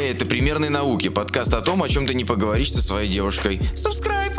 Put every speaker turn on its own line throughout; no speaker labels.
Эй, это «Примерные науки», подкаст о том, о чем ты не поговоришь со своей девушкой. Subscribe!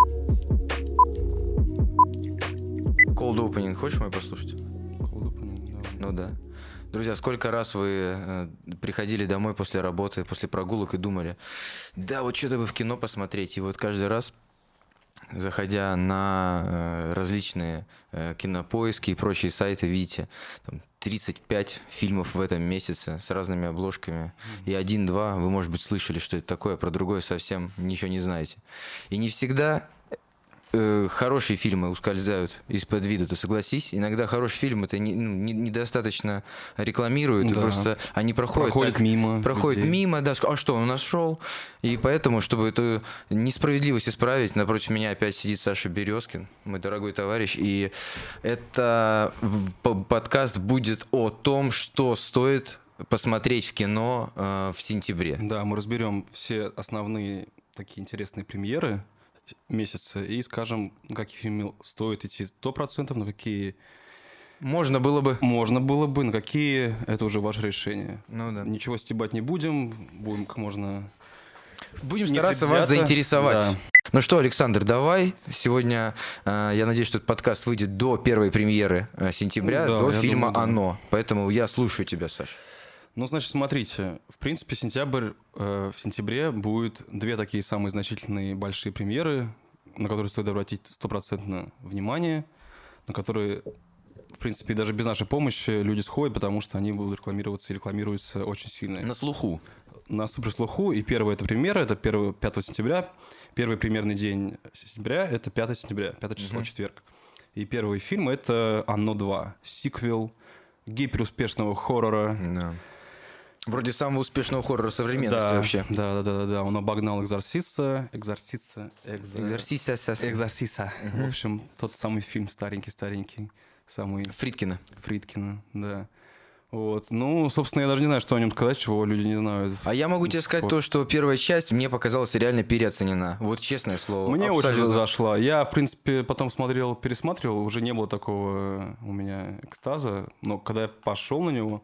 Cold Opening, хочешь мой послушать?
Cold Opening, да.
Ну да. Друзья, сколько раз вы приходили домой после работы, после прогулок и думали, да, вот что-то бы в кино посмотреть, и вот каждый раз, заходя на различные кинопоиски и прочие сайты, видите, там 35 фильмов в этом месяце с разными обложками. И 1-2 вы, может быть, слышали, что это такое, про другое совсем ничего не знаете. И не всегда хорошие фильмы ускользают из-под вида, ты согласись? Иногда хорошие фильмы это недостаточно рекламируют,
да.
Просто они проходят
мимо.
Проходят мимо, да, а что, он у нас шел? И поэтому, чтобы эту несправедливость исправить, напротив меня опять сидит Саша Березкин, мой дорогой товарищ, и это подкаст будет о том, что стоит посмотреть в кино в сентябре.
Да, мы разберем все основные такие интересные премьеры месяца и скажем, на какие фильмы стоит идти 100%, на какие
можно было бы,
на какие это уже ваше решение.
Ну да.
Ничего стебать не будем как можно.
Будем стараться вас заинтересовать.
Да.
Ну что, Александр, давай. Сегодня, я надеюсь, что этот подкаст выйдет до первой премьеры сентября, до фильма «Оно». Поэтому я слушаю тебя, Саш.
Ну, значит, смотрите, в принципе, в сентябре будет две такие самые значительные большие премьеры, на которые стоит обратить 100% внимание, на которые, в принципе, даже без нашей помощи люди сходят, потому что они будут рекламироваться и рекламируются очень сильно.
На слуху.
На суперслуху. И первая это премьера, это 5 сентября. Первый премьерный день сентября – это 5 сентября, 5 число, четверг. И первый фильм – это «Оно 2», сиквел гиперуспешного хоррора.
Да. Вроде самого успешного хоррора современности вообще.
Да. Он обогнал «Экзорциста». В общем, тот самый фильм старенький. Самый...
Фридкина,
да. Вот. Ну, собственно, я даже не знаю, что о нем сказать, чего люди не знают.
А я могу тебе сказать то, что первая часть мне показалась реально переоценена. Вот честное слово.
Мне очень зашла. Я, в принципе, потом пересматривал, уже не было такого у меня экстаза. Но когда я пошел на него,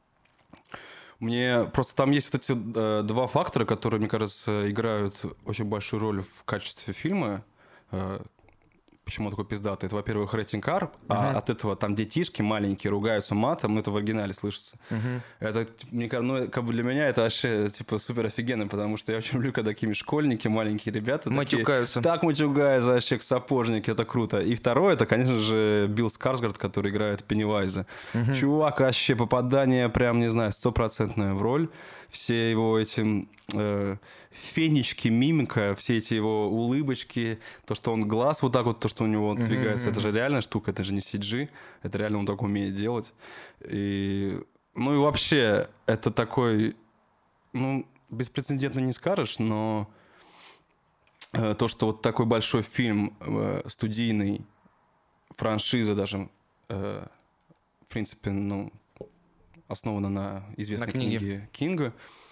мне просто там есть вот эти два фактора, которые, мне кажется, играют очень большую роль в качестве фильма. Почему он такой пиздатый? Это, во-первых, рейтинг R, а от этого там детишки маленькие ругаются матом, но это в оригинале слышится. Это, мне кажется, как бы для меня это вообще типа супер офигенно, потому что я очень люблю, когда такие школьники, маленькие ребята
матюкаются.
Так матюгаются, вообще сапожники, это круто. И второе, это, конечно же, Билл Скарсгард, который играет Пеннивайза. Чувак, вообще попадание прям, не знаю, 100% в роль. Все его эти фенечки, мимика, все эти его улыбочки, то, что он глаз вот так вот, то, что у него двигается, это же реальная штука, это же не CG, это реально он так умеет делать. И вообще, это такой, беспрецедентно не скажешь, но то, что вот такой большой фильм, студийный, франшиза даже, в принципе, основана на известной книге Кинга,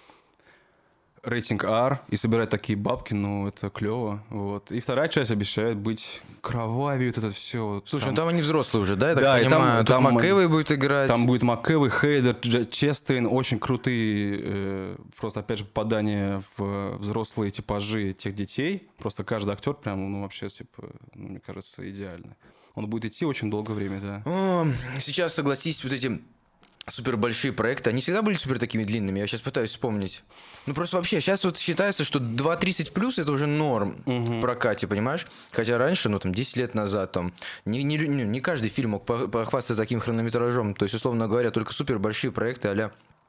рейтинг R, и собирать такие бабки, это клево. Вот. И вторая часть обещает быть кровавее, вот это все.
Слушай, там они взрослые уже, да? Я так понимаю, там МакЭвой будет играть.
Там будет МакЭвой, Хейдер, Честейн, очень крутые, просто, опять же, попадания в взрослые типажи тех детей. Просто каждый актер прям, вообще, мне кажется, идеально. Он будет идти очень долгое время, да.
Сейчас, согласись, вот эти супер большие проекты, они всегда были супер такими длинными, я сейчас пытаюсь вспомнить. Просто вообще, сейчас вот считается, что 2.30+ это уже норм в прокате, понимаешь? Хотя раньше, 10 лет назад, не каждый фильм мог похвастаться таким хронометражом. То есть, условно говоря, только супер большие проекты а-ля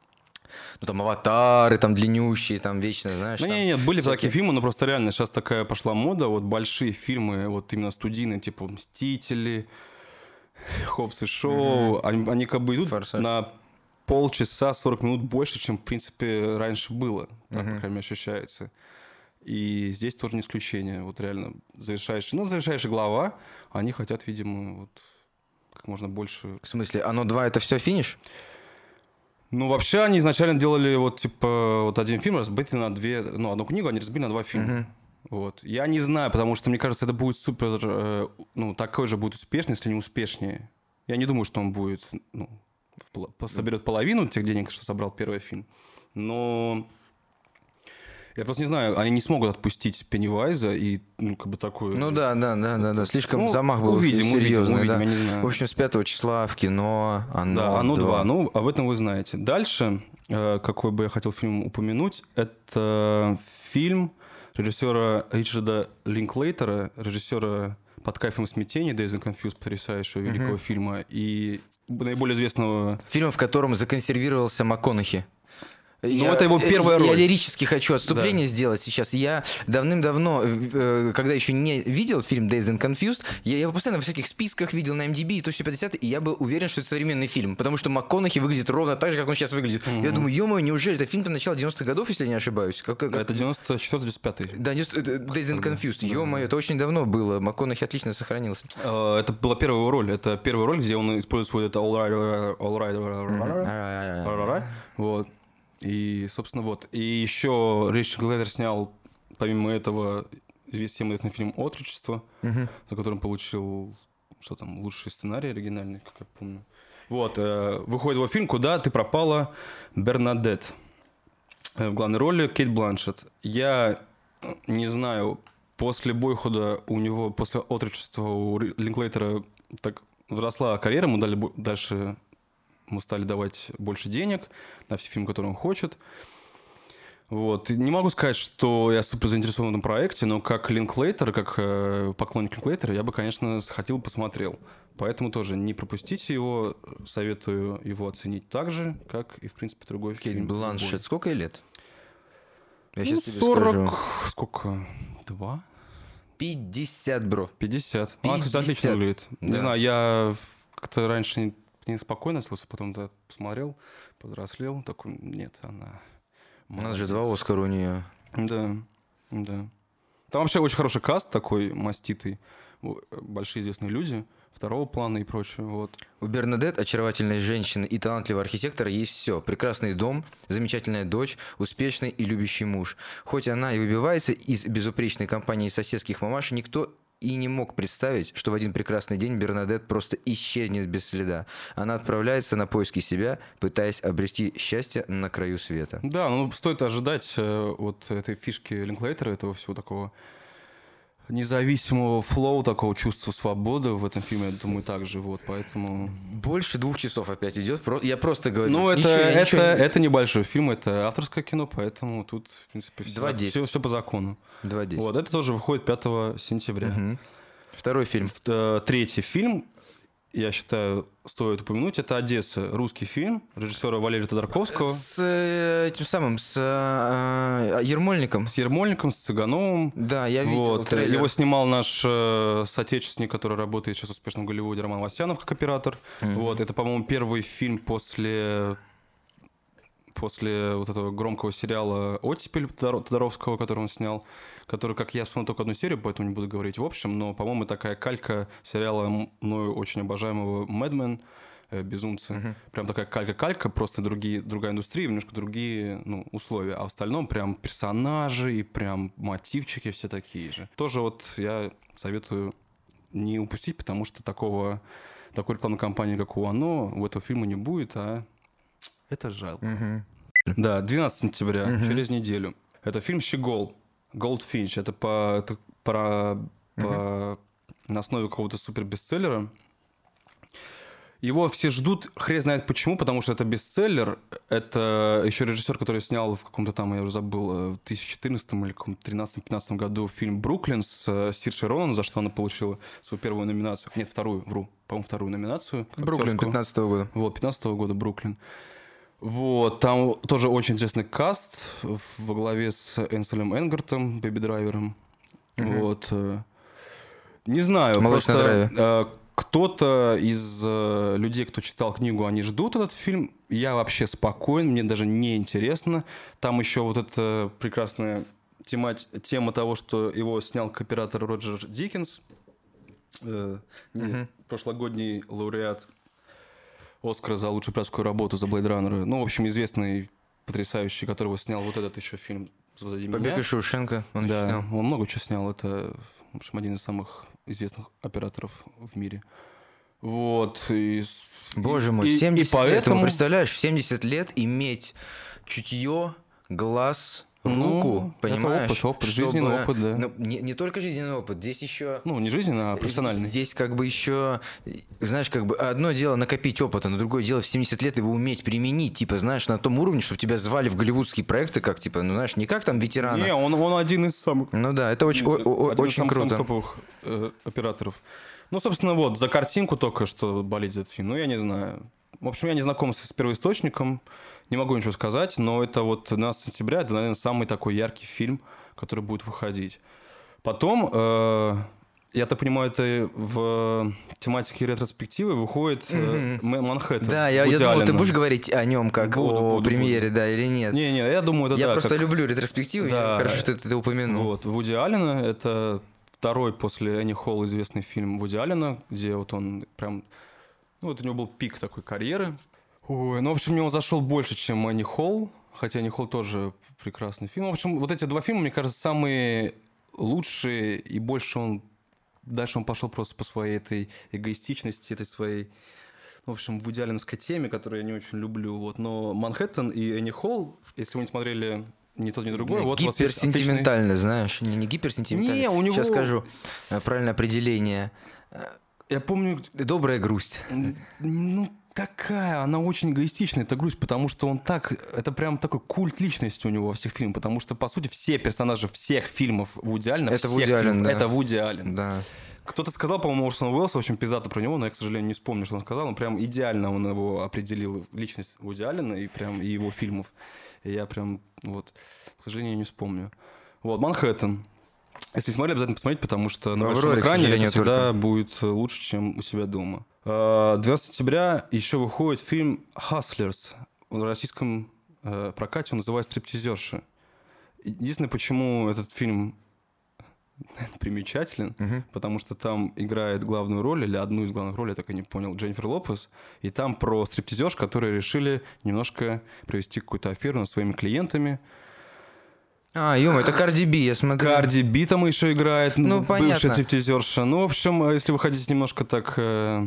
«Аватары», длиннющие, вечно, знаешь.
Нет, были такие фильмы, но просто реально сейчас такая пошла мода, вот большие фильмы, вот именно студийные, типа «Мстители», Хоббс и Шоу, они как бы идут на полчаса, 40 минут больше, чем, в принципе, раньше было. Так, по крайней мере, ощущается. И здесь тоже не исключение. Вот реально завершающая глава, они хотят, видимо, как можно больше...
В смысле, «Оно 2» — это все финиш?
Вообще, они изначально делали один фильм, разбитый на две... одну книгу они разбили на два фильма. Вот. Я не знаю, потому что, мне кажется, это будет супер... такой же будет успешный, если не успешнее. Я не думаю, что он будет... соберет половину тех денег, что собрал первый фильм. Но Я просто не знаю, они не смогут отпустить Пеннивайза и, ну, как бы такое...
Ну да, слишком замах был
увидим,
серьезный.
я не знаю.
В общем, с 5 числа в кино «Оно».
Да, «Оно 2». Ну, об этом вы знаете. Дальше, какой бы я хотел фильм упомянуть, это фильм режиссера Ричарда Линклейтера, режиссера «Под кайфом смятения», «Dazed and Confused», потрясающего великого фильма, и наиболее известного...
Фильм, в котором законсервировался МакКонахи.
Ну, это его первая роль.
Я лирически хочу отступление сделать сейчас. Я давным-давно, когда еще не видел фильм Dazed and Confused, я его постоянно во всяких списках видел на MDB и то все 50, и я был уверен, что это современный фильм, потому что МакКонахи выглядит ровно так же, как он сейчас выглядит. Я думаю, ё-моё, неужели это фильм там начала 90-х годов, если я не ошибаюсь?
Это 94-95.
Да, Dazed and Confused. Ё-моё, это очень давно было. МакКонахи отлично сохранился.
Это была первая его роль. Это первая роль, где он использует свой это all right. Вот. И, собственно, вот. И еще Ричард Линклейтер снял, помимо этого, всем известный фильм «Отрочество», за которым получил, что там, лучший сценарий оригинальный, как я помню. Вот. Выходит его фильм «Куда ты пропала, Бернадетт». В главной роли Кейт Бланшетт. Я не знаю, после «Бойхуда» у него, после «Отрочества» у Линклейтера так выросла карьера, ему дали дальше... Ему стали давать больше денег на все фильмы, которые он хочет. Вот. Не могу сказать, что я супер заинтересован в этом проекте, но как Линклейтер, как поклонник Линклейтера, я бы, конечно, хотел посмотрел. Поэтому тоже не пропустите его, советую его оценить так же, как и, в принципе, другой фильм.
Кейт Бланшетт, сколько ей лет? Я
Ну,
сейчас тебе
40...
скажу.
Сколько? 2?
50, бро.
50. Она, кстати, отлично выглядит. Да. Не знаю, я как-то раньше неспокойно слышал, потом посмотрел, повзрослел, такой, нет, она...
У нас же 2 Оскара у нее.
Да. Там вообще очень хороший каст такой маститый, большие известные люди, второго плана и прочее, вот.
У Бернадетт, очаровательной женщины и талантливого архитектора, есть все. Прекрасный дом, замечательная дочь, успешный и любящий муж. Хоть она и выбивается из безупречной компании соседских мамаш, никто и не мог представить, что в один прекрасный день Бернадетт просто исчезнет без следа. Она отправляется на поиски себя, пытаясь обрести счастье на краю света.
Да, ну стоит ожидать вот этой фишки Линклейтера, этого всего такого независимого флоу, такого чувства свободы в этом фильме, я думаю, также, вот, поэтому...
Больше 2 часов опять идет, я просто говорю...
Ну, это небольшой фильм, это авторское кино, поэтому тут, в принципе, все по закону.
2.10.
Вот, это тоже выходит 5 сентября.
Угу. Второй фильм.
Третий фильм, я считаю, стоит упомянуть, это «Одесса», русский фильм режиссера Валерия Тодорковского.
С Ермольником.
С Ермольником, с Цыгановым.
Да, я видел
вот. Его снимал наш соотечественник, который работает сейчас успешно в Голливуде, Роман Васянов, как оператор. Вот. Это, по-моему, первый фильм после вот этого громкого сериала «Оттепель» Тодоровского, который он снял, который, как я смотрел только одну серию, поэтому не буду говорить в общем, но, по-моему, такая калька сериала мною очень обожаемого «Мэдмен», «Безумцы». Прям такая калька-калька, просто другая индустрия, немножко другие условия. А в остальном прям персонажи и прям мотивчики все такие же. Тоже вот я советую не упустить, потому что такой рекламной кампании, как у «Оно», у этого фильма не будет, а это жалко. Да, 12 сентября, через неделю. Это фильм «Щегол», Goldfinch. Это на основе какого-то супербестселлера. Его все ждут, хрен знает почему, потому что это бестселлер. Это еще режиссер, который снял в каком-то там, я уже забыл, в 2014 или 2013-2015 году фильм «Бруклин» с Сиршей Ронан, за что она получила свою первую номинацию. Нет, вторую, по-моему, вторую номинацию.
«Бруклин» 15 года.
Вот, 15 года «Бруклин». Вот, там тоже очень интересный каст во главе с Энселем Энгартом, Бэби Драйвером. Вот. Не знаю, просто кто-то из людей, кто читал книгу, они ждут этот фильм. Я вообще спокоен, мне даже не интересно. Там еще вот эта прекрасная тема того, что его снял кооператор Роджер Диккенс, прошлогодний лауреат Оскара за лучшую операторскую работу за Blade Runner. Ну, в общем, известный, потрясающий, которого снял вот этот еще фильм «Позади меня».
«Побег из Шоушенка» он снял.
Он много чего снял. Это, в общем, один из самых известных операторов в мире. Вот.
Боже мой, 70 лет. Ты представляешь, в 70 лет иметь чутье, глаз, руку, понимаешь?
Это опыт, жизненный опыт, да.
Ну, не только жизненный опыт, здесь еще...
Ну, не жизненный, а профессиональный.
Здесь как бы еще, знаешь, как бы одно дело накопить опыт, а на другое дело в 70 лет его уметь применить, типа, знаешь, на том уровне, чтобы тебя звали в голливудские проекты, как, типа, ну, знаешь, не как там ветерана.
Не, он один из самых...
Ну да, это очень круто.
Самых топовых операторов. Ну, собственно, вот, за картинку только что болеть за этот фильм, ну, я не знаю. В общем, я не знаком с первоисточником, не могу ничего сказать, но это вот 12 сентября, это, наверное, самый такой яркий фильм, который будет выходить. Потом, я так понимаю, это в тематике ретроспективы выходит «Манхэттен».
Да, я думал, ты будешь говорить о нем как о премьере, да, или нет?
Не, я думаю, это да.
Я просто люблю ретроспективы, хорошо, что ты это упомянул.
Вот, Вуди Аллена, это второй после Энни Холл известный фильм Вуди Аллена, где вот он прям... Ну, вот у него был пик такой карьеры. Ой, ну, в общем, мне он зашел больше, чем Энни Холл, хотя Энни Холл тоже прекрасный фильм. В общем, вот эти два фильма, мне кажется, самые лучшие, и дальше он пошел просто по своей этой эгоистичности, этой своей, в общем, вудиалленской теме, которую я не очень люблю. Вот. Но «Манхэттен» и «Энни Холл», если вы не смотрели ни тот, ни другой, вот у вас есть
гиперсентиментально,
отличный...
знаешь, не гиперсентиментально.
Не, у него...
Сейчас скажу правильное определение.
Я помню...
Добрая грусть.
Ну, такая, она очень эгоистичная, эта грусть, потому что он так... Это прям такой культ личности у него во всех фильмах, потому что, по сути, все персонажи всех фильмов Вуди Аллена...
Это Вуди Аллен, да.
Это Вуди Аллен.
Да.
Кто-то сказал, по-моему, Орсон Уэллс, очень пиздато про него, но я, к сожалению, не вспомню, что он сказал. Он прям идеально он его определил, личность Вуди Аллена и прям и его фильмов. И я прям, вот, к сожалению, не вспомню. Вот, «Манхэттен». Если смотрели, обязательно посмотрите, потому что на большом экране это всегда будет лучше, чем у себя дома. 12 сентября еще выходит фильм «Hustlers». В российском прокате он называется «Стриптизерши». Единственное, почему этот фильм примечателен, потому что там играет главную роль, или одну из главных ролей, я так и не понял, Дженнифер Лопес, и там про стриптизерш, которые решили немножко провести какую-то аферу над своими клиентами.
Это Карди Би, я смотрю.
Карди Би там еще играет, бывшая стриптизерша. Ну, в общем, если вы хотите немножко так...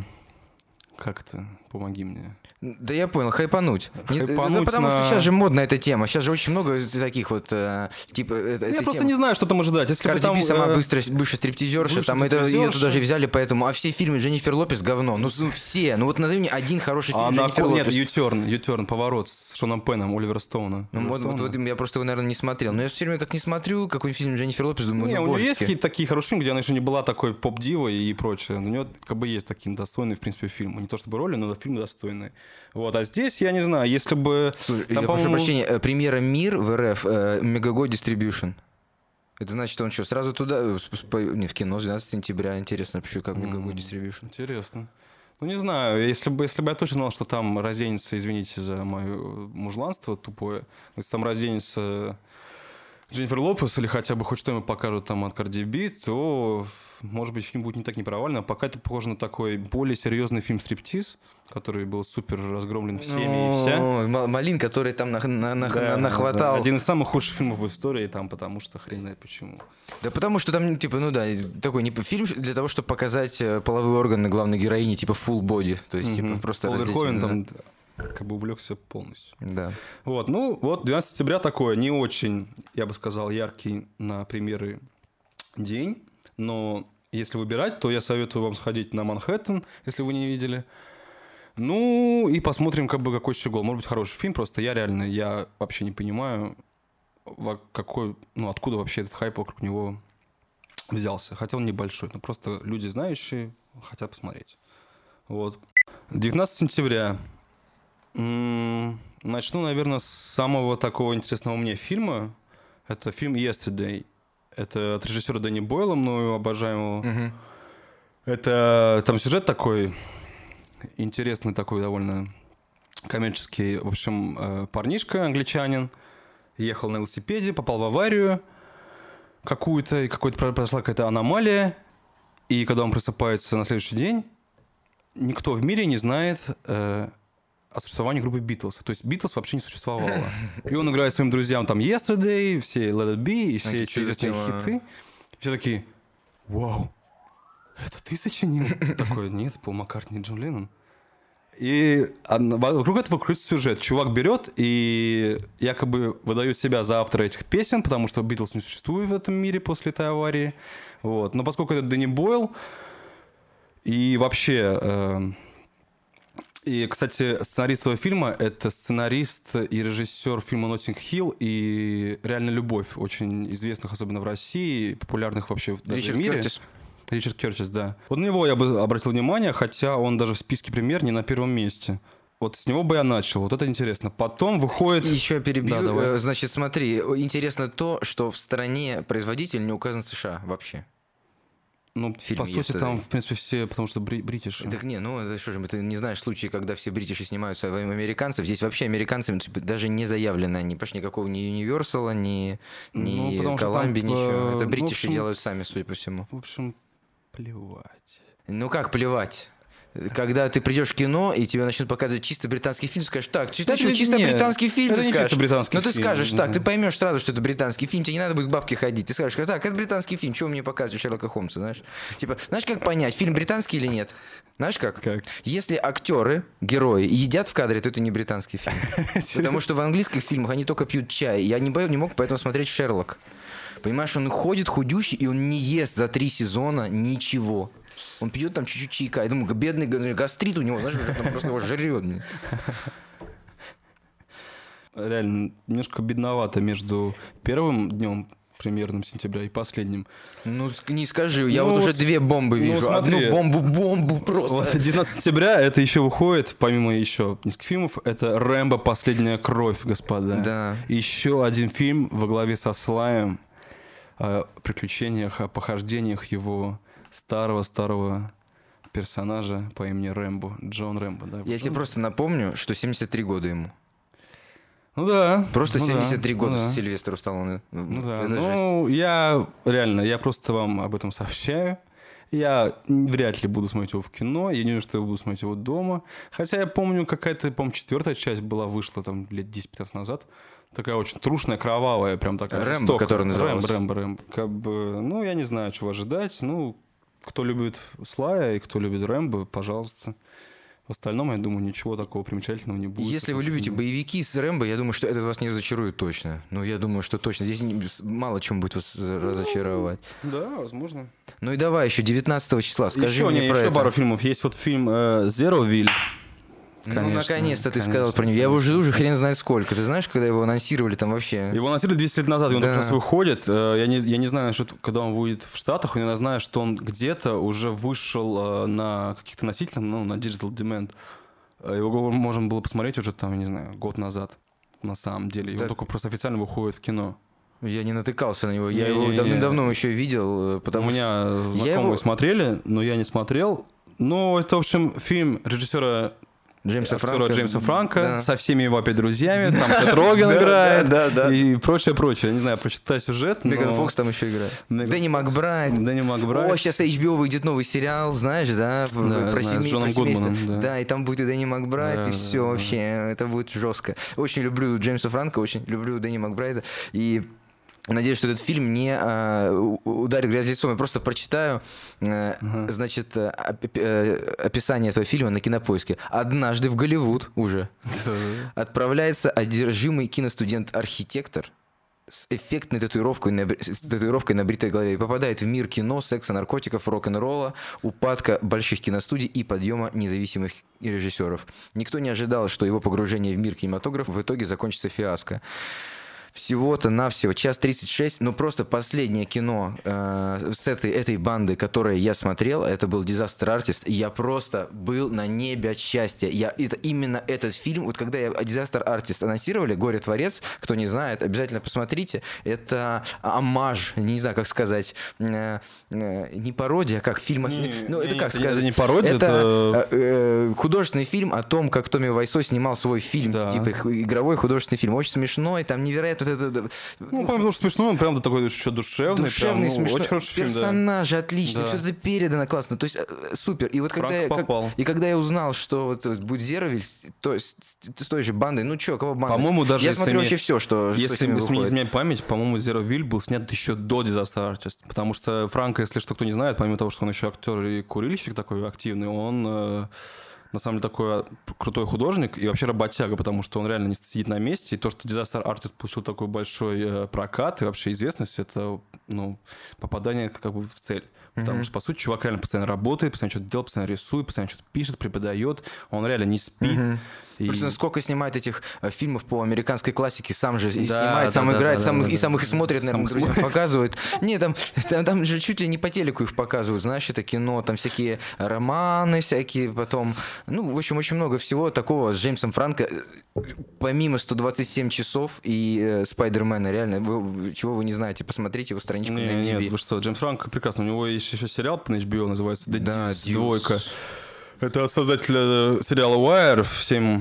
Как-то, помоги мне.
Да я понял, хайпануть.
Хайпануть
потому что сейчас же модна эта тема. Сейчас же очень много таких вот, типа...
Я просто не знаю, что там ожидать. Если
Карди Би сама бывшая стриптизерша, там ее туда же взяли, поэтому... А все фильмы Дженнифер Лопес говно. Ну, все. Ну, вот назови мне один хороший фильм Дженнифер Лопес.
Нет, «Ю-терн», «Поворот» с Шоном Пеном, Оливера Стоуна.
Вот я просто его, наверное, не смотрел. Но я все время как не смотрю какой-нибудь фильм Дженнифер Лопес, думаю,
у нее есть какие-то такие хорошие фильмы, где она еще не была такой поп-дивой и прочее. У нее как бы есть такие достойные, в принципе, фильмы. Не то чтобы роли, но фильмы достойные. Вот. А здесь, я не знаю, если бы...
Слушай, я прошу прощения, премьера «Мир» в РФ, Мегаго Distribution. Это значит, он что, сразу туда, не в кино, с 12 сентября, интересно, почему как Мегаго Distribution.
Интересно. Ну, не знаю, если бы я точно знал, что там разденется, извините за мое мужланство тупое, если там разденется Дженнифер Лопес или хотя бы хоть что-нибудь покажут там от Карди Би, то, может быть, фильм будет не так неправильно. А пока это похоже на такой более серьезный фильм «Стриптиз», который был супер разгромлен всеми и вся.
Малин, который там нахватал.
Да. Один из самых худших фильмов в истории там, потому что хрен знает почему.
Да потому что там, типа, такой не фильм для того, чтобы показать половые органы главной героини, типа, full body. То есть, типа, просто
Верховен там как бы увлекся полностью.
Да.
Вот, 12 сентября такое не очень, я бы сказал, яркий на премьеры день, но если выбирать, то я советую вам сходить на «Манхэттен», если вы не видели. Ну, и посмотрим, как бы, какой щегол. Может быть, хороший фильм, просто я вообще не понимаю, откуда вообще этот хайп вокруг него взялся. Хотя он небольшой, но просто люди знающие хотят посмотреть. Вот. 19 сентября. Начну, наверное, с самого такого интересного мне фильма. Это фильм «Yesterday». Это от режиссера Дэнни Бойла, мною обожаемого. Это там сюжет такой интересный, такой довольно коммерческий. В общем, парнишка, англичанин, ехал на велосипеде, попал в аварию какую-то, и произошла какая-то аномалия. И когда он просыпается на следующий день, никто в мире не знает о существовании группы Битлз. То есть Битлз вообще не существовало. И он играет своим друзьям там «Yesterday», все «Let It Be» и все эти известные хиты. Все такие: «Вау, это ты сочинил?» Такой: «Нет, Пол Маккартни и Джон Леннон». И вокруг этого крутится сюжет. Чувак берет и якобы выдает себя за автора этих песен, потому что Битлз не существует в этом мире после этой аварии. Вот. Но поскольку это Дэнни Бойл, и вообще... И, кстати, сценарист этого фильма — это сценарист и режиссер фильма «Ноттинг Хилл» и «Реальная любовь», очень известных, особенно в России, популярных вообще даже в мире.
Кертис.
Ричард Кертис, да. Вот на него я бы обратил внимание, хотя он даже в списке премьер не на первом месте. Вот с него бы я начал, вот это интересно. Потом выходит...
Еще я перебью.
Да,
значит, смотри, интересно то, что в стране производитель не указан США вообще.
Ну, по сути, там, в принципе, все, потому что бритиши.
Так не, ну, что же, ты не знаешь случаи, когда все бритиши снимаются американцев. Здесь вообще американцы даже не заявлены они. Почти никакого ни Юниверсала, ни Коламби, ничего. Это бритиши делают сами, судя по всему.
В общем, плевать.
Ну, как плевать? Когда ты придешь в кино, и тебе начнут показывать чисто британский фильм, скажешь, так, чисто британский фильм,
это
ты
не
скажешь.
чисто британский
Но ты
фильм.
скажешь, так, ты поймешь сразу, что это британский фильм, тебе не надо будет к бабке ходить. Ты скажешь, так, это британский фильм, чего мне показывают Шерлока Холмса, знаешь? Типа, знаешь, как понять, фильм британский или нет? Знаешь как? Если актеры, герои едят в кадре, то это не британский фильм. Потому что в английских фильмах они только пьют чай. Я не мог поэтому смотреть «Шерлок». Понимаешь, он ходит худющий, и он не ест за 3 сезона ничего. Он пьет там чуть-чуть чайка. Я думаю, бедный гастрит у него, знаешь, он просто его жрет.
Реально, немножко бедновато между первым днем премьерным сентября и последним.
Ну, не скажи, я вот уже 2 бомбы вижу.
Смотри,
одну бомбу просто.
Вот 19 сентября это еще выходит, помимо еще нескольких фильмов, это «Рэмбо. Последняя кровь», господа.
Да.
Еще один фильм во главе со Слаем о приключениях, о похождениях его старого персонажа по имени Рэмбо, Джон Рэмбо. Да,
Я тебе просто напомню, что 73 года ему.
Ну да.
Просто 73 года
да.
Сильвестру Сталлоне.
Ну да.
Это
ну, я просто вам об этом сообщаю. Я вряд ли буду смотреть его в кино. Я не думаю, что я буду смотреть его дома. Хотя я помню, какая-то, по-моему, 4-я часть вышла там лет 10-15 назад. Такая очень трушная, кровавая, прям такая
Рэмбо,
жестокая.
который назывался.
Рэмбо. Как бы, ну, я не знаю, чего ожидать. Ну, кто любит Слая и кто любит Рэмбо, пожалуйста. В остальном, я думаю, ничего такого примечательного не будет.
Если вы любите боевики с Рэмбо, я думаю, что этот вас не разочарует точно. Ну, я думаю, что точно. Здесь мало чем будет вас разочаровать.
Да, возможно.
Ну и давай еще 19 числа, скажи мне про
еще
это.
пару фильмов. Есть вот фильм «Zeroville».
Ну, наконец-то ты сказал про него. Я его жду уже хрен знает сколько. Ты знаешь, когда его анонсировали там вообще?
Его анонсировали 200 лет назад, и он только сейчас выходит. Я не знаю, когда он выйдет в Штатах, я знаю, что он где-то уже вышел на каких-то носителях, ну, на Digital Demand. Его можно было посмотреть уже там, я не знаю, год назад, на самом деле. И он только просто официально выходит в кино.
Я не натыкался на него. Я его давным-давно еще видел, потому
что... У меня знакомые смотрели, но я не смотрел. Ну, это, в общем, фильм режиссера Джеймса Франко, да. Со всеми его опять друзьями, там Сет Роген играет, и прочее. Я не знаю, прочитай сюжет.
Меган Фокс там еще играет. Дэнни Макбрайт. О, сейчас HBO выйдет новый сериал, знаешь, да?
Про с Джоном Гудманом.
Да, и там будет и Дэнни Макбрайт, и все вообще. Это будет жестко. Очень люблю Джеймса Франко, очень люблю Дэнни Макбрайта. И надеюсь, что этот фильм не ударит грязь лицом. Я просто прочитаю, значит, описание этого фильма на Кинопоиске. «Однажды в Голливуд уже отправляется одержимый киностудент-архитектор с эффектной татуировкой на бритой голове и попадает в мир кино, секса, наркотиков, рок-н-ролла, упадка больших киностудий и подъема независимых режиссеров. Никто не ожидал, что его погружение в мир кинематографа в итоге закончится фиаско. Всего-то навсего 1:36, но просто последнее кино с этой банды, которое я смотрел, это был Disaster Artist, и я просто был на небе от счастья. Это именно этот фильм, вот когда Disaster Artist анонсировали, «Горе-творец», кто не знает, обязательно посмотрите, это оммаж, не знаю, как сказать, не пародия, как фильм,
это не пародия,
это художественный фильм о том, как Томми Вайсо снимал свой фильм, типа игровой художественный фильм, очень смешной, там невероятно.
Ну, потому что смешной, он прям такой еще душевный
прям,
смешной. Очень хороший фильм,
персонажи отлично, все это передано классно, то есть супер. И вот когда я узнал, что вот будет Zeroville, то с той же бандой, ну что, кого банда?
По-моему, даже
я смотрю вообще все, что
если мне не изменяет память, по-моему, Zeroville был снят еще до Disaster Artist, потому что Франко, если что, кто не знает, помимо того, что он еще актер и курильщик такой активный, он на самом деле такой крутой художник и вообще работяга, потому что он реально не сидит на месте. И то, что Disaster Artist получил такой большой прокат и вообще известность, это, ну, попадание как бы в цель. Потому что, по сути, чувак реально постоянно работает, постоянно что-то делает, постоянно рисует, постоянно что-то пишет, преподает. Он реально не спит.
Просто сколько снимает этих фильмов по американской классике, сам же снимает, сам играет, сам их смотрит, наверное, друзьям показывает. Не, там же чуть ли не по телеку их показывают, знаешь, это кино, там всякие романы всякие, потом, ну, в общем, очень много всего такого с Джеймсом Франко, помимо 127 часов и Спайдермена, реально, чего вы не знаете, посмотрите его страничку на MTV.
Нет, вы что, Джеймс Франко прекрасно, у него есть еще сериал на HBO, называется «The Deuce», «Двойка». Это от создателя сериала Wire, всем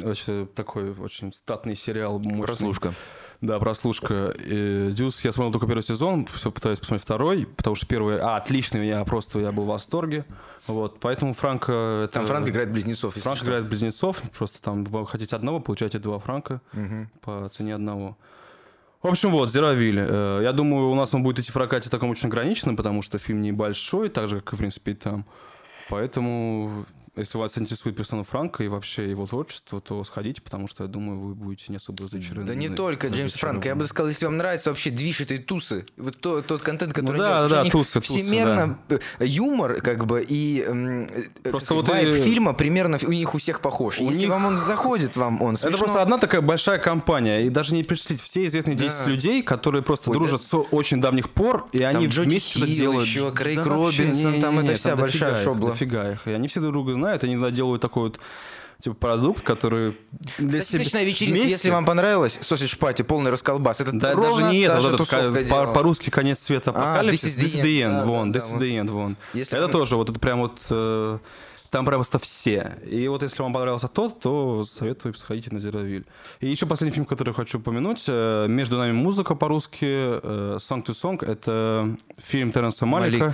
такой очень статный сериал. Мощный.
Прослушка.
Да, прослушка. «Дюс» я смотрел только первый сезон, все пытаюсь посмотреть второй, потому что первый, отличный, я был в восторге. Вот, поэтому Франко...
Там Франко играет близнецов.
Франко играет близнецов, просто там вы хотите одного, получаете 2 франка по цене одного. В общем, вот, «Зеровиль». Я думаю, у нас он будет идти в прокате таком очень ограниченном, потому что фильм небольшой, так же, как, в принципе, и там. Поэтому, если вас интересует персона Франко и вообще его творчество, то сходите, потому что, я думаю, вы будете не особо разочарованы.
Да не только Джеймс Франко. Я бы сказал, если вам нравится вообще движ этой тусы, вот тот контент, который
делает, тусы,
всемерно юмор, как бы, и
просто
вайб фильма примерно у них у всех похож. Если вам он заходит, вам он смешно.
Это просто одна такая большая компания, и даже не перечислить все известные 10 людей, которые просто дружат с очень давних пор, и они вместе что-то делают.
Еще Крейг Робинсон, там это вся большая шобла.
Дофига их. И они все друг друга знают, они делают такой вот типа продукт, который для себя
Сосисочная вечеринка, если вам понравилось, Sausage Party, полный расколбас. Это
даже не это, вот этот по-русски «Конец света», апокалипсис, This is the end, This is the end. Это тоже, вот это прям вот... Там просто все. И вот если вам понравился тот, то советую сходить на «Зеровиль». И еще последний фильм, который я хочу упомянуть. «Между нами музыка» по-русски. «Song to Song». Это фильм Терренса Малика.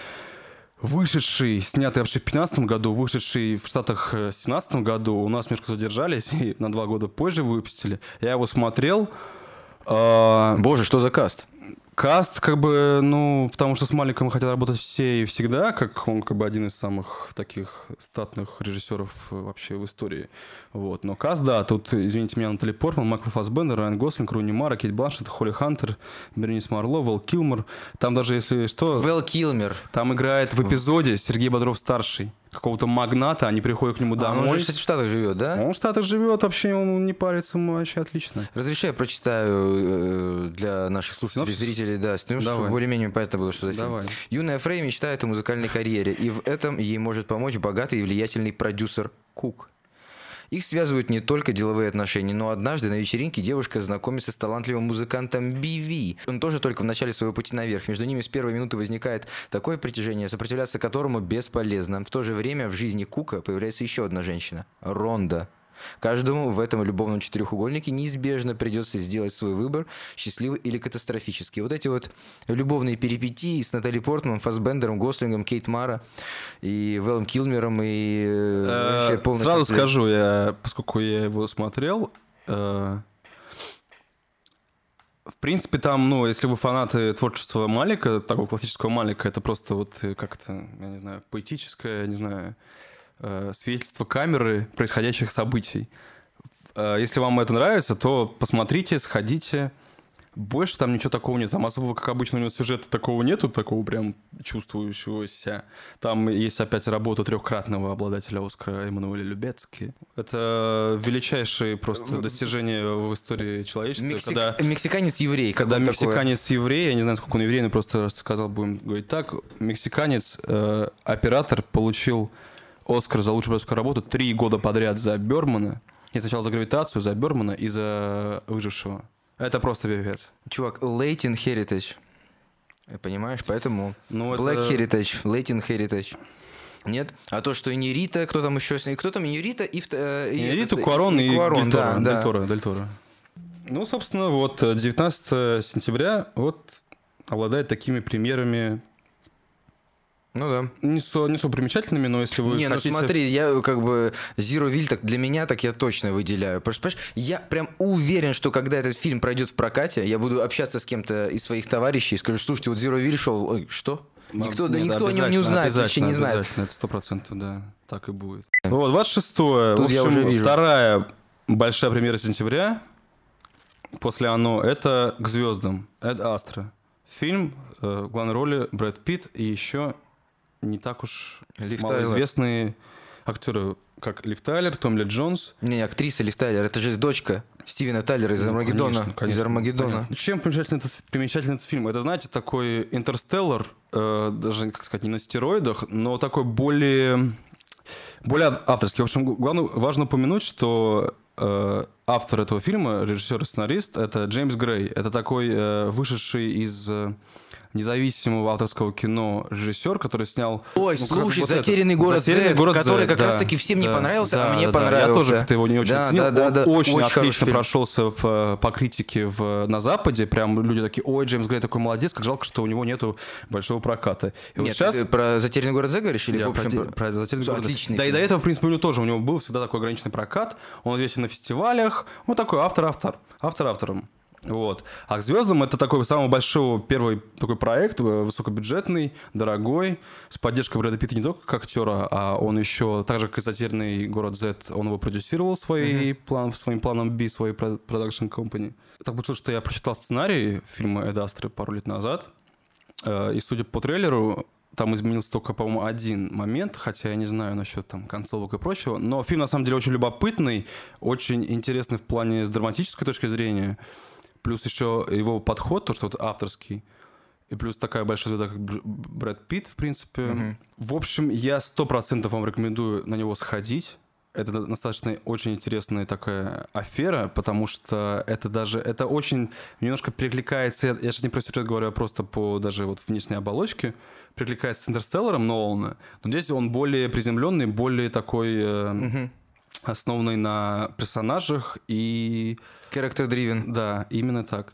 Вышедший, снятый вообще в 2015 году, вышедший в Штатах в 2017 году. У нас немножко задержались и на 2 года позже выпустили. Я его смотрел.
Боже, что за каст?
Каст, как бы, ну, потому что с Маликом хотят работать все и всегда, как он, как бы, один из самых таких статных режиссеров вообще в истории. Вот. Но каст, да, тут, извините меня, Натали Портман, Майкл Фассбендер, Райан Гослинг, Руни Мара, Кейт Бланшетт, Холли Хантер, Бернис Марло, Вэл Килмер. Там даже, если что...
Вэл Килмер.
Там играет в эпизоде Сергей Бодров-старший. Какого-то магната, они приходят к нему домой.
Он же, кстати, в Штатах живет, да?
Он в Штатах живет, вообще он не парится, ему вообще отлично.
Разрешаю, прочитаю для наших слушателей, зрителей, да, чтобы более-менее понятно было, что за фильм. Юная Фрей мечтает о музыкальной карьере, и в этом ей может помочь богатый и влиятельный продюсер Кук. Их связывают не только деловые отношения, но однажды на вечеринке девушка знакомится с талантливым музыкантом Би-Ви. Он тоже только в начале своего пути наверх. Между ними с первой минуты возникает такое притяжение, сопротивляться которому бесполезно. В то же время в жизни Кука появляется еще одна женщина – Ронда. Каждому в этом любовном четырехугольнике неизбежно придется сделать свой выбор, счастливый или катастрофический. Вот эти вот любовные перипетии с Натали Портман, Фассбендером, Гослингом, Кейт Мара и Вэлом Килмером и вообще полный...
Сразу скажу, поскольку я его смотрел, в принципе, там, ну, если вы фанаты творчества Малика, такого классического Малика, это просто вот как-то, я не знаю, поэтическое, я не знаю... свидетельство камеры происходящих событий. Если вам это нравится, то посмотрите, сходите. Больше там ничего такого нет. Там особо, как обычно, у него сюжета такого нету, такого прям чувствующегося. Там есть опять работа 3-кратного обладателя Оскара Эммануэля Любецки. Это величайшее просто достижение в истории человечества.
Мексиканец-еврей.
Когда мексиканец-еврей, я не знаю, сколько он еврей, но просто рассказал, будем говорить так. Мексиканец, оператор, получил Оскар за лучшую продюсерскую работу 3 года подряд за Бёрдмана. И сначала за «Гравитацию», за Бёрдмана и за «Выжившего». Это просто пипец.
Чувак, Latin Heritage. Понимаешь? Поэтому Black Heritage, Latin Heritage. Нет? А то, что Иньярриту, кто там еще? Кто там Иньярриту?
Иньярриту, Куарон и Дель Торо. Ну, собственно, вот 19 сентября вот обладает такими премьерами.
Ну да.
Не особо примечательными, но если вы хотите...
ну смотри, я как бы «Зеровиль», так для меня так я точно выделяю. Потому что, понимаешь, я прям уверен, что когда этот фильм пройдет в прокате, я буду общаться с кем-то из своих товарищей и скажу: слушайте, вот «Зеровиль» шел. Ой, что? Никто
Нет,
о нем не узнает, вообще не знает.
Обязательно, это 100%, да, так и будет. Вот, 26-е,
Тут
в
я
общем,
уже вижу.
вторая большая премьера сентября, после «Оно», это «К звездам», Эд Астра. Фильм, в главной роли Брэд Питт и еще не так уж
Лив
малоизвестные актеры, как Лив Тайлер, Томми Ли Джонс.
Не, актриса Лив Тайлер, это же дочка Стивена Тайлера из Армагеддона. Из Армагеддона.
Понятно. Чем примечателен этот фильм? Это, знаете, такой «Интерстеллар», даже, как сказать, не на стероидах, но такой более авторский. В общем, важно упомянуть, что автор этого фильма, режиссер и сценарист, это Джеймс Грей. Это такой вышедший из независимого авторского кино режиссер, который снял...
Ой, слушай, вот «Затерянный город Z», который как раз-таки всем не понравился, а мне понравился.
Я тоже как-то его не очень оценил. Он очень отлично
фильм.
прошелся по критике на Западе. Прям люди такие: ой, Джеймс Грей такой молодец, как жалко, что у него нету большого проката. И
Нет, вот сейчас... ты про «Затерянный город Z» говоришь? Или
я
в общем,
про «Затерянный город Z».
Отличный
Да,
фильм.
и до этого, в принципе, у него тоже был всегда такой ограниченный прокат. Он весь на фестивалях. Он такой автор автором. Вот. А «К звездам» — это такой самый большой первый такой проект, высокобюджетный, дорогой, с поддержкой Брэда Питта не только как актера, а он еще, так же как и «Затерянный город Z», он его продюсировал своим планом B, своей продакшн компани. Так получилось, что я прочитал сценарий фильма Эда Астры пару лет назад, и судя по трейлеру, там изменился только, по-моему, один момент, хотя я не знаю насчет там концовок и прочего, но фильм на самом деле очень любопытный, очень интересный в плане с драматической точки зрения. Плюс еще его подход, то, что вот авторский, и плюс такая большая звезда, как Брэд Питт, в принципе. В общем, я 100% вам рекомендую на него сходить. Это достаточно очень интересная такая афера, потому что это очень немножко перекликается, я сейчас не про сюжет говорю, а просто по даже вот внешней оболочке, перекликается с «Интерстелларом» Нолана, но здесь он более приземленный, более такой... основанный на персонажах и...
Character-driven.
Да, именно так.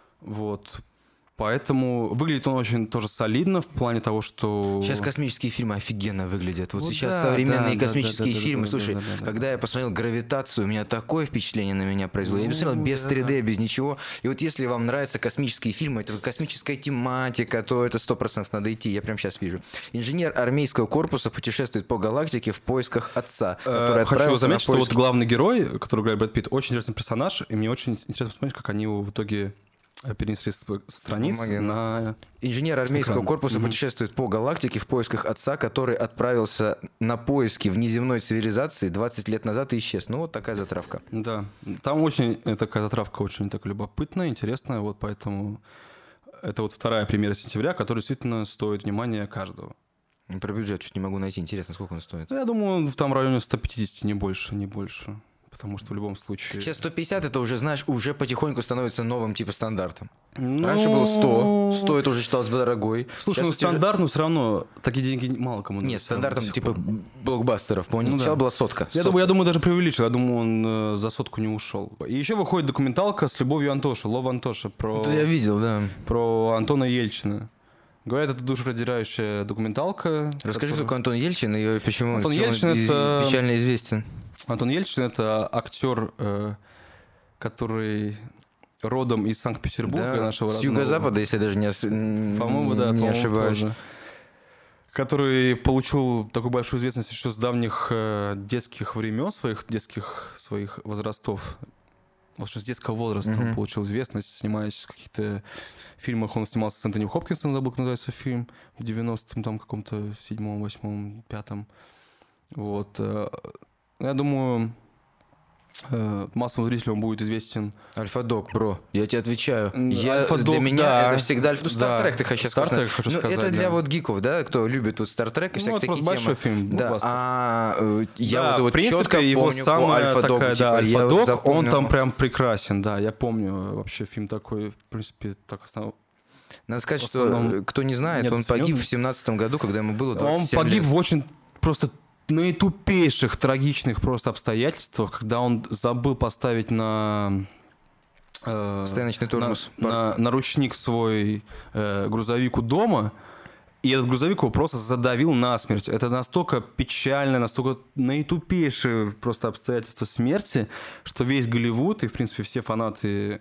Вот. Поэтому выглядит он очень тоже солидно в плане того, что...
Сейчас космические фильмы офигенно выглядят. Вот сейчас современные космические фильмы. Слушай, когда я посмотрел «Гравитацию», у меня такое впечатление на меня произвело. Я посмотрел без 3D, без ничего. И вот если вам нравятся космические фильмы, это космическая тематика, то это 100% надо идти. Я прямо сейчас вижу. Инженер армейского корпуса путешествует по галактике в поисках отца, который
Хочу
отправился
заметить,
на поиски...
что вот главный герой, который играет Брэд Питт, очень интересный персонаж, и мне очень интересно посмотреть, как они его в итоге перенесли с страниц на...
Инженер армейского
экран.
корпуса путешествует по галактике в поисках отца, который отправился на поиски внеземной цивилизации 20 лет назад и исчез. Ну, вот такая затравка.
Да, там очень такая затравка очень так любопытная, интересная, вот поэтому это вот вторая премьера сентября, которая действительно стоит внимания каждого.
Про бюджет чуть не могу найти. Интересно, сколько он стоит?
Я думаю, там в районе 150, не больше. Потому что в любом случае...
Сейчас 150, это уже, знаешь, уже потихоньку становится новым типа стандартом. Раньше было 100. 100 это уже считалось бы дорогой.
Слушай,
Сейчас
стандарт, но все равно такие деньги мало кому
Нет, стандартом типа блокбастеров, понял?
Ну,
Сначала
да.
была сотка.
Я думаю, даже преувеличил. Я думаю, он за сотку не ушел. И еще выходит документалка с Любовью Антоша, Лов Антоша, про...
Это я видел, да.
Про Антона Ельчина. Говорят, это душераздирающая документалка.
Расскажи, кто такой Антон Ельчин и почему
Антон
он
Ельчин это...
печально известен.
Антон Ельчин — это актер, который родом из Санкт-Петербурга,
Да,
нашего родного.
с юго-запада, если я даже
По-моему, да,
не ошибаюсь.
тоже. Который получил такую большую известность еще с давних детских времен, своих возрастов. В общем, с детского возраста он получил известность, снимаясь в каких-то фильмах. Он снимался с Энтони Хопкинсом, забыл, как называется фильм, в 90-м, там, каком-то 7-м, 8-м, 5-м. Вот. Я думаю, массовому зрителю он будет известен.
Альфа-дог, бро, я тебе отвечаю.
Альфа-дог,
для меня
да.
это всегда... Ну, Стартрек ты сейчас
Стартрек хочу сказать,
это для
да.
вот гиков, да, кто любит вот Стартрек и всякие
это
такие
просто большой
темы.
фильм.
Да, я
да,
вот
в принципе,
четко
его
помню
самая
по Альфа-догу.
такая,
Типа,
да,
я
Альфа-дог,
запомнил.
он там прям прекрасен, да, я помню вообще фильм такой, в принципе, так основной.
Надо сказать, что кто не знает, он погиб в 17-м году, когда ему было 27
Он погиб
лет.
в очень просто наитупейших, трагичных просто обстоятельствах, когда он забыл поставить на...
Стояночный тормоз.
на ручник свой грузовик у дома, и этот грузовик его просто задавил насмерть. Это настолько печально, настолько наитупейшие просто обстоятельства смерти, что весь Голливуд и, в принципе, все фанаты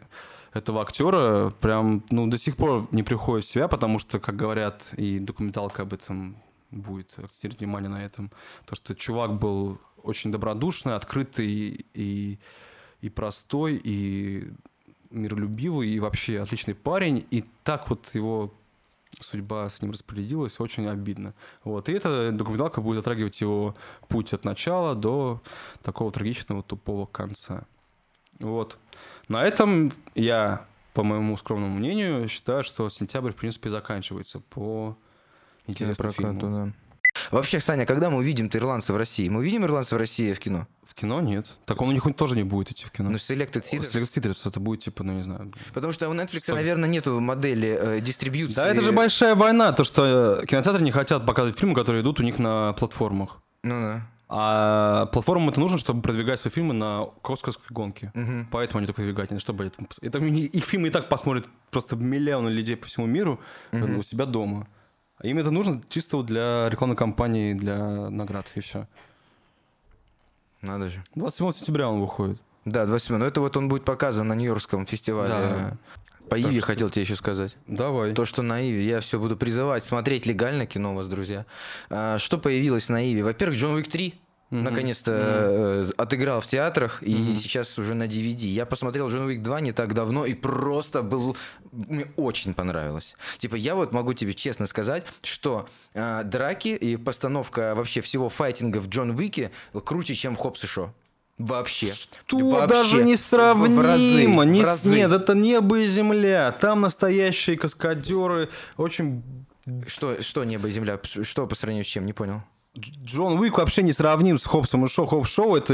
этого актера прям, до сих пор не приходит в себя, потому что, как говорят, и документалка об этом будет акцентировать внимание на этом, то, что чувак был очень добродушный, открытый и простой, и миролюбивый, и вообще отличный парень, и так вот его судьба с ним распорядилась, очень обидно. Вот. И эта документалка будет затрагивать его путь от начала до такого трагичного, тупого конца. Вот. На этом я, по моему скромному мнению, считаю, что сентябрь, в принципе, заканчивается по интересному фильму.
Да. Вообще, Саня, когда мы увидим ирландцев в России? Мы увидим ирландцев в России в кино?
В кино нет. Так он у них тоже не будет идти в кино.
Ну, Selected Theatres?
Selected Theatres это будет, типа, не знаю.
Потому что у Netflix, наверное, нету модели дистрибьюции.
Да, это же большая война, то, что кинотеатры не хотят показывать фильмы, которые идут у них на платформах.
Ну да.
А платформам это нужно, чтобы продвигать свои фильмы на Оскарской гонке. Поэтому они так продвигают. Не чтобы это их фильмы и так посмотрят просто миллионы людей по всему миру у себя дома. А им это нужно чисто вот для рекламной кампании, для наград, и все.
Надо же.
27 сентября он выходит.
Да, 27. Но это вот он будет показан на Нью-Йоркском фестивале.
Да.
По Иве хотел тебе еще сказать.
Давай.
То, что на Иве. Я все буду призывать смотреть легально кино у вас, друзья. Что появилось на Иве? Во-первых, Джон Уик 3. Наконец-то отыграл в театрах, и сейчас уже на DVD. Я посмотрел Джон Уик 2 не так давно, и просто мне очень понравилось. Типа, я вот могу тебе честно сказать, что драки и постановка вообще всего файтинга в Джон Уике круче, чем в Хопс и Шоу. Вообще.
Что? Даже не сравнимо. Нет, это небо и земля. Там настоящие каскадеры. Очень...
Что небо и земля? Что по сравнению с чем? Не понял.
Джон Уик вообще не сравним с Хопсом и Шоу. Хопс-шоу это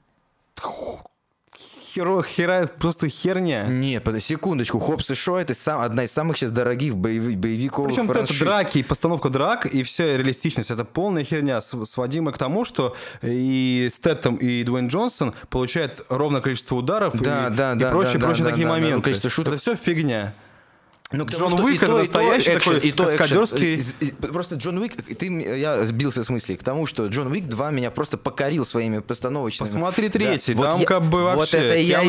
просто херня.
Не, секундочку. Хопс и Шоу это одна из самых сейчас дорогих боевиков.
Причем это драки, и постановка драк, и вся реалистичность. Это полная херня, сводимая к тому, что и Стэттем, и Дуэйн Джонсон получают ровное количество ударов и прочие такие моменты. Это все фигня.
Ну,
Джон Уик это настоящий такой каскадерский...
Просто Джон Уик, я сбился с мысли к тому, что Джон Уик 2 меня просто покорил своими постановочными...
Посмотри третий,
да.
там как бы вообще...
Вот это я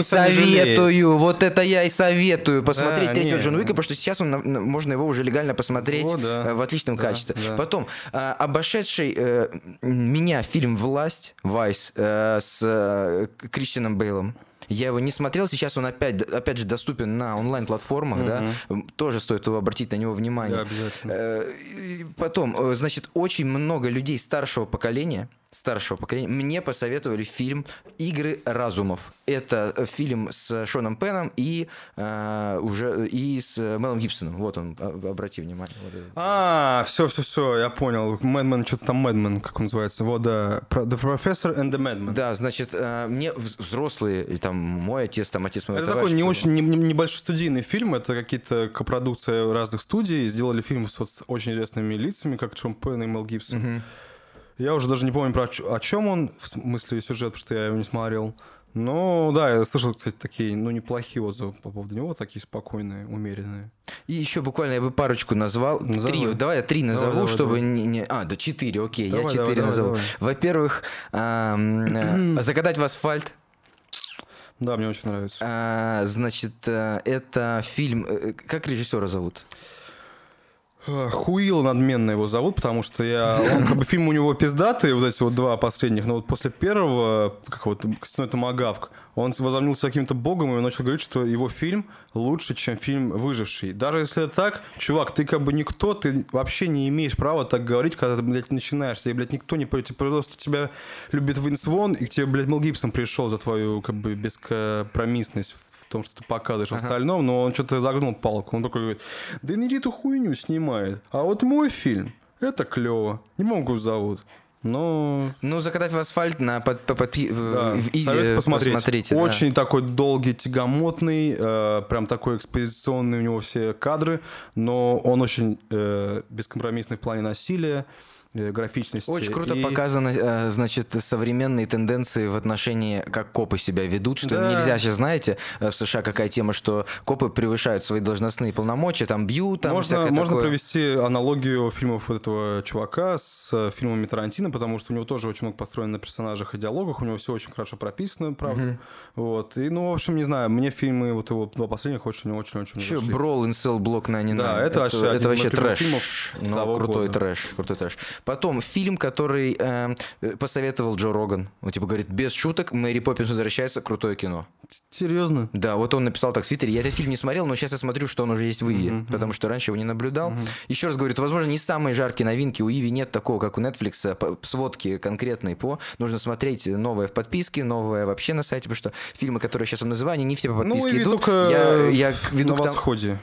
и советую посмотреть третьего Джон Уика, потому что сейчас можно его уже легально посмотреть в отличном качестве. Да. Потом, обошедший меня фильм «Власть», «Вайс» с Кристианом Бейлом. Я его не смотрел, сейчас он опять же доступен на онлайн-платформах, да, тоже стоит обратить на него внимание.
Да, обязательно.
Потом, значит, очень много людей старшего поколения мне посоветовали фильм «Игры разумов». Это фильм с Шоном Пеном и с Мелом Гибсоном. Вот он, обрати внимание. Вот
все, я понял. Мэдмен, что-то там Мэдмен, как он называется. Вот, да. The Professor and the Madman.
Да, значит, мне взрослые, там, мой отец, там, отец моего
товарища. Это такой очень небольшой студийный фильм. Это какие-то копродукции разных студий. Сделали фильм с очень известными лицами, как Шон Пен и Мел Гибсон. Я уже даже не помню, о чем он, в смысле сюжет, потому что я его не смотрел. Но да, я слышал, кстати, такие, неплохие отзывы по поводу него, такие спокойные, умеренные.
И еще буквально я бы парочку назвал. Давай я 3 назову, чтобы не... 4, окей, я 4 назову. Давай. Во-первых, «Закатать в асфальт».
Да, мне очень нравится.
Значит, это фильм... Как режиссера зовут?
Хуил надменно его зовут, потому что он как бы фильм у него пиздатый, вот эти вот 2 последних, но вот после первого, как вот «Костяной томагавк», он возомнился каким-то богом и начал говорить, что его фильм лучше, чем фильм «Выживший». Даже если это так, чувак, ты как бы никто, ты вообще не имеешь права так говорить, когда ты, блядь, начинаешь. И, блядь, никто не пойдет. Просто тебя любит Винс Вон, и к тебе, блядь, Мел Гибсон пришел за твою, как бы, бескомпромиссность в том, что ты показываешь в остальном, но он что-то загнул палку. Он такой говорит, да не эту хуйню снимает. А вот мой фильм, это клево. Не могу зовут. Но...
«Закатать в асфальт»
советую посмотреть.
Посмотрите.
Очень такой долгий, тягомотный, прям такой экспозиционный у него все кадры, но он очень бескомпромиссный в плане насилия. графичности.
Очень круто показаны, значит, современные тенденции в отношении, как копы себя ведут, что им нельзя сейчас, знаете, в США какая тема, что копы превышают свои должностные полномочия, там бьют, там
можно
такое.
провести аналогию фильмов вот этого чувака с фильмами Тарантино, потому что у него тоже очень много построено на персонажах и диалогах, у него все очень хорошо прописано, правда. Вот. И, ну, в общем, не знаю, мне фильмы вот его два последних очень-очень
Еще
зашли.
Brawl in Cell Block 99.
Да, это
вообще трэш.
Фильмов
Ну, крутой трэш. Потом фильм, который посоветовал Джо Роган. Он типа говорит, без шуток, Мэри Поппинс возвращается, крутое кино.
Серьезно?
Да, вот он написал так в Твиттере. Я этот фильм не смотрел, но сейчас я смотрю, что он уже есть в Иви, потому что раньше его не наблюдал. Еще раз говорю, это, возможно, не самые жаркие новинки. У Иви нет такого, как у Netflix, сводки конкретные по. Нужно смотреть новое в подписке, новое вообще на сайте, потому что фильмы, которые я сейчас вам называю, они не все по подписке идут.
Я веду на восходе.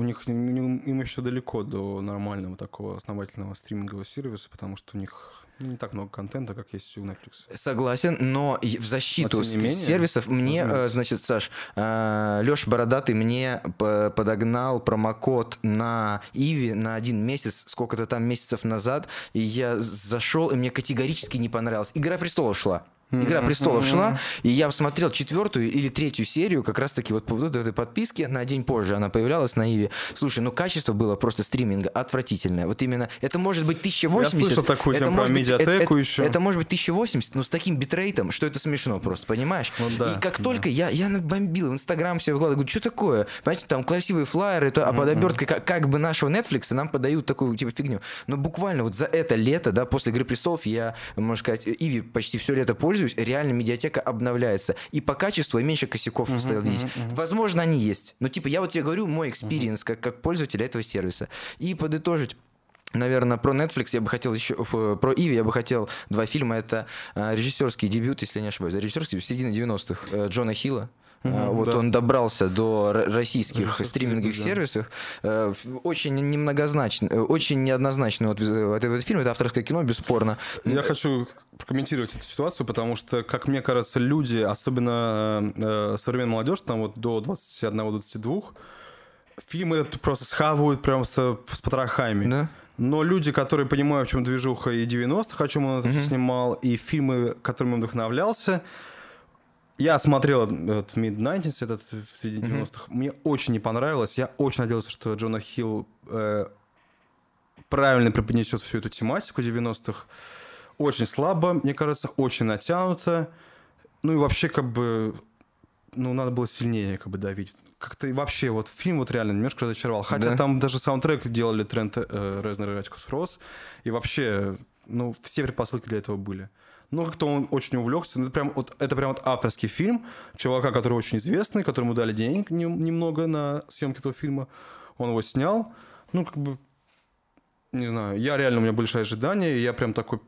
Им еще далеко до нормального такого основательного стримингового сервиса, потому что у них не так много контента, как есть у Netflix.
Согласен, но в защиту сервисов мне, значит, Саш, Леша Бородатый мне подогнал промокод на Иви на 1 месяц, сколько-то там месяцев назад, и я зашел, и мне категорически не понравилось. «Игра престолов» шла. «Игра престолов» шла, и я посмотрел 4-ю или 3-ю серию, как раз-таки вот в этой подписке, на день позже она появлялась на Иви. Слушай, ну качество было просто стриминга отвратительное. Вот именно, это может быть 1080.
Я слышал такую тему про медиатеку еще.
Это может быть 1080, но с таким битрейтом, что это смешно просто, понимаешь?
Ну, да,
и как только я бомбил в Инстаграм все выкладываю, говорю, что такое? Понимаете, там красивые флайеры, а под оберткой как бы нашего Netflix нам подают такую типа фигню. Но буквально вот за это лето, да, после «Игры престолов» я, можно сказать, Иви почти все лето пользуюсь, реально медиатека обновляется. И по качеству я меньше косяков стал видеть. Возможно, они есть. Но типа я вот тебе говорю, мой экспириенс как пользователя этого сервиса. И подытожить. Наверное, про Netflix я бы хотел еще... Про Иви я бы хотел 2 фильма. Это режиссерский дебют, если не ошибаюсь. Режиссерский дебют середины 90-х Джона Хилла. Вот да. Он добрался до российских стриминговых сервисов. Очень немногозначный, очень неоднозначный вот этот фильм. Это авторское кино, бесспорно.
Я хочу прокомментировать эту ситуацию, потому что, как мне кажется, люди, особенно современная молодежь, там вот до 21-22, фильмы это просто схавают прям с потрохами. Да? Но люди, которые понимают, в чем движуха и 90-х, о чем он это снимал, и фильмы, которыми он вдохновлялся. Я смотрел этот Mid-90s, этот в среди 90-х. Мне очень не понравилось. Я очень надеялся, что Джона Хилл правильно преподнесет всю эту тематику 90-х. Очень слабо, мне кажется, очень натянуто. Ну и вообще, как бы, ну, надо было сильнее как бы давить. Как-то вообще вот фильм вот реально немножко разочаровал. Хотя там даже саундтрек делали Трент Резнор и Атикус Росс. И вообще, ну, все предпосылки для этого были. Но как-то он очень увлекся. Это прям вот авторский фильм чувака, который очень известный, которому дали денег немного на съемки этого фильма. Он его снял. Ну, как бы, не знаю. У меня большие ожидания. И я прям такой...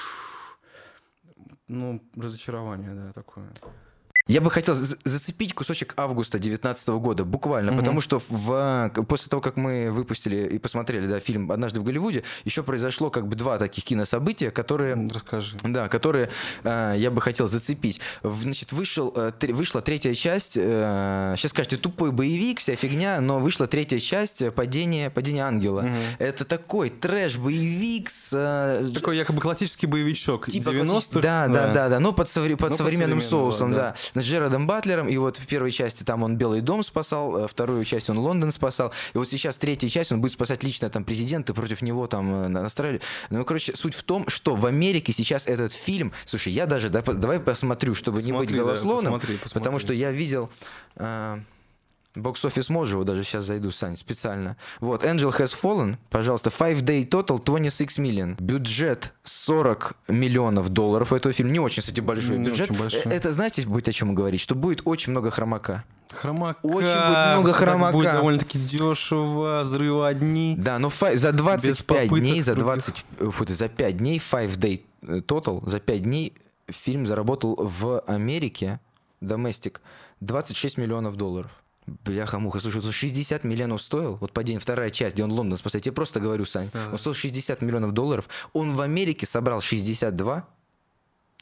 Ну, разочарование, да, такое.
Я бы хотел зацепить кусочек августа 2019 года, буквально, потому что после того, как мы выпустили и посмотрели фильм «Однажды в Голливуде», еще произошло как бы 2 таких кинособытия, которые...
Расскажи.
Да, которые я бы хотел зацепить. Значит, вышла 3-я часть, сейчас скажете, тупой боевик, вся фигня, но вышла 3-я часть «Падение ангела». Это такой трэш-боевик с...
Такой якобы классический боевичок
типа
90-х.
Да, но под современным соусом, да. С Джерардом Батлером, и вот в первой части там он Белый дом спасал, вторую часть он Лондон спасал, и вот сейчас 3-я часть он будет спасать лично там президента, против него там настраивали. Ну, короче, суть в том, что в Америке сейчас этот фильм, слушай, я даже, давай посмотрю, чтобы не быть голословным, посмотри. Потому что я видел... Box Office Mojo, даже сейчас зайду, Сань, специально. Вот, Angel Has Fallen, пожалуйста, 5-day total 26 million. Бюджет $40 миллионов у этого фильма. Не очень, кстати, большой бюджет.
Очень большой.
Это, знаете, будет о чем говорить? Что будет очень много хромака.
Хромака.
Очень будет много хромака.
Будет довольно-таки дешево, взрывы одни.
Да, но за 25 дней, за 5 дней, 5-day total, за 5 дней фильм заработал в Америке, domestic, $26 миллионов. Бляха-муха, слушай, он 60 миллионов стоил, вот «Падение», 2-я часть, где он Лондон спасает, я просто говорю, Сань, он стоил $60 миллионов, он в Америке собрал 62,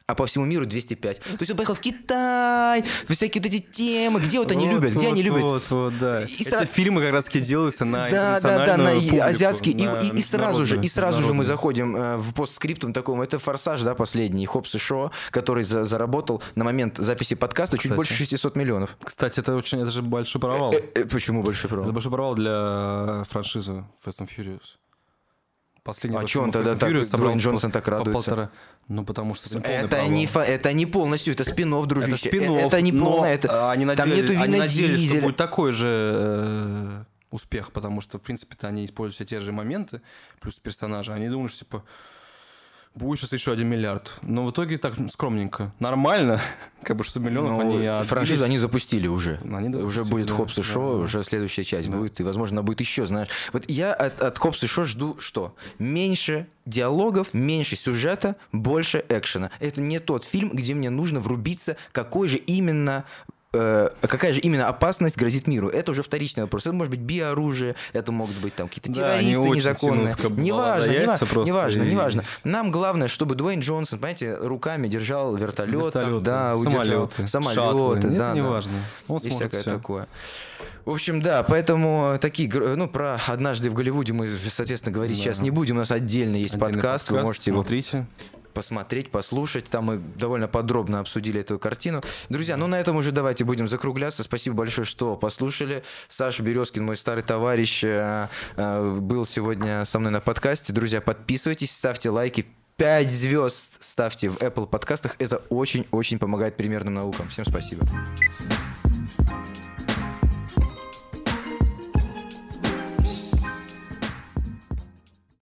а по всему миру 205. То есть он поехал в Китай, всякие вот эти темы, где вот они любят, где они любят.
Да. Эти фильмы как раз-таки делаются на
на
публику,
азиатский.
на
И сразу же мы
международную.
заходим в постскриптум такому. Это «Форсаж», да, последний, Хоббс и Шоу, который заработал на момент записи подкаста чуть больше 600 миллионов.
Кстати, это же большой провал.
Почему большой провал?
Это большой провал для франшизы Fast and Furious. Последний
что он тогда так, Дуэйн Джонсон так радуется?
Ну, потому что
это не полностью, это спин-офф, дружище.
Это спин-офф,
это не полное,
они
там нету Вина
надеялись, что
Дизеля.
будет такой же успех, потому что, в принципе-то, они используют все те же моменты, плюс персонажи. Они думают, что, типа, будет сейчас еще 1 миллиард. Но в итоге так скромненько. Нормально. Как бы 600 миллионов они отбились.
Франшизу они запустили уже. Уже будет
да.
Хоббс и Шоу, уже следующая часть будет. И, возможно, будет еще, знаешь. Вот я от Хоббс и Шоу жду что? Меньше диалогов, меньше сюжета, больше экшена. Это не тот фильм, где мне нужно врубиться, какая же именно опасность грозит миру. Это уже вторичный вопрос. Это может быть биооружие, это могут быть там какие-то террористы незаконные. Неважно. Нам главное, чтобы Дуэйн Джонсон, понимаете, руками держал вертолет,
самолеты,
да,
неважно. Он
и
сможет
всякое
все.
такое. В общем, да, поэтому про «Однажды в Голливуде» мы, соответственно, говорить сейчас не будем. У нас отдельно есть подкаст, вы можете его посмотреть, послушать. Там мы довольно подробно обсудили эту картину. Друзья, на этом уже давайте будем закругляться. Спасибо большое, что послушали. Саша Березкин, мой старый товарищ, был сегодня со мной на подкасте. Друзья, подписывайтесь, ставьте лайки. 5 звезд ставьте в Apple подкастах. Это очень-очень помогает примерным наукам. Всем спасибо.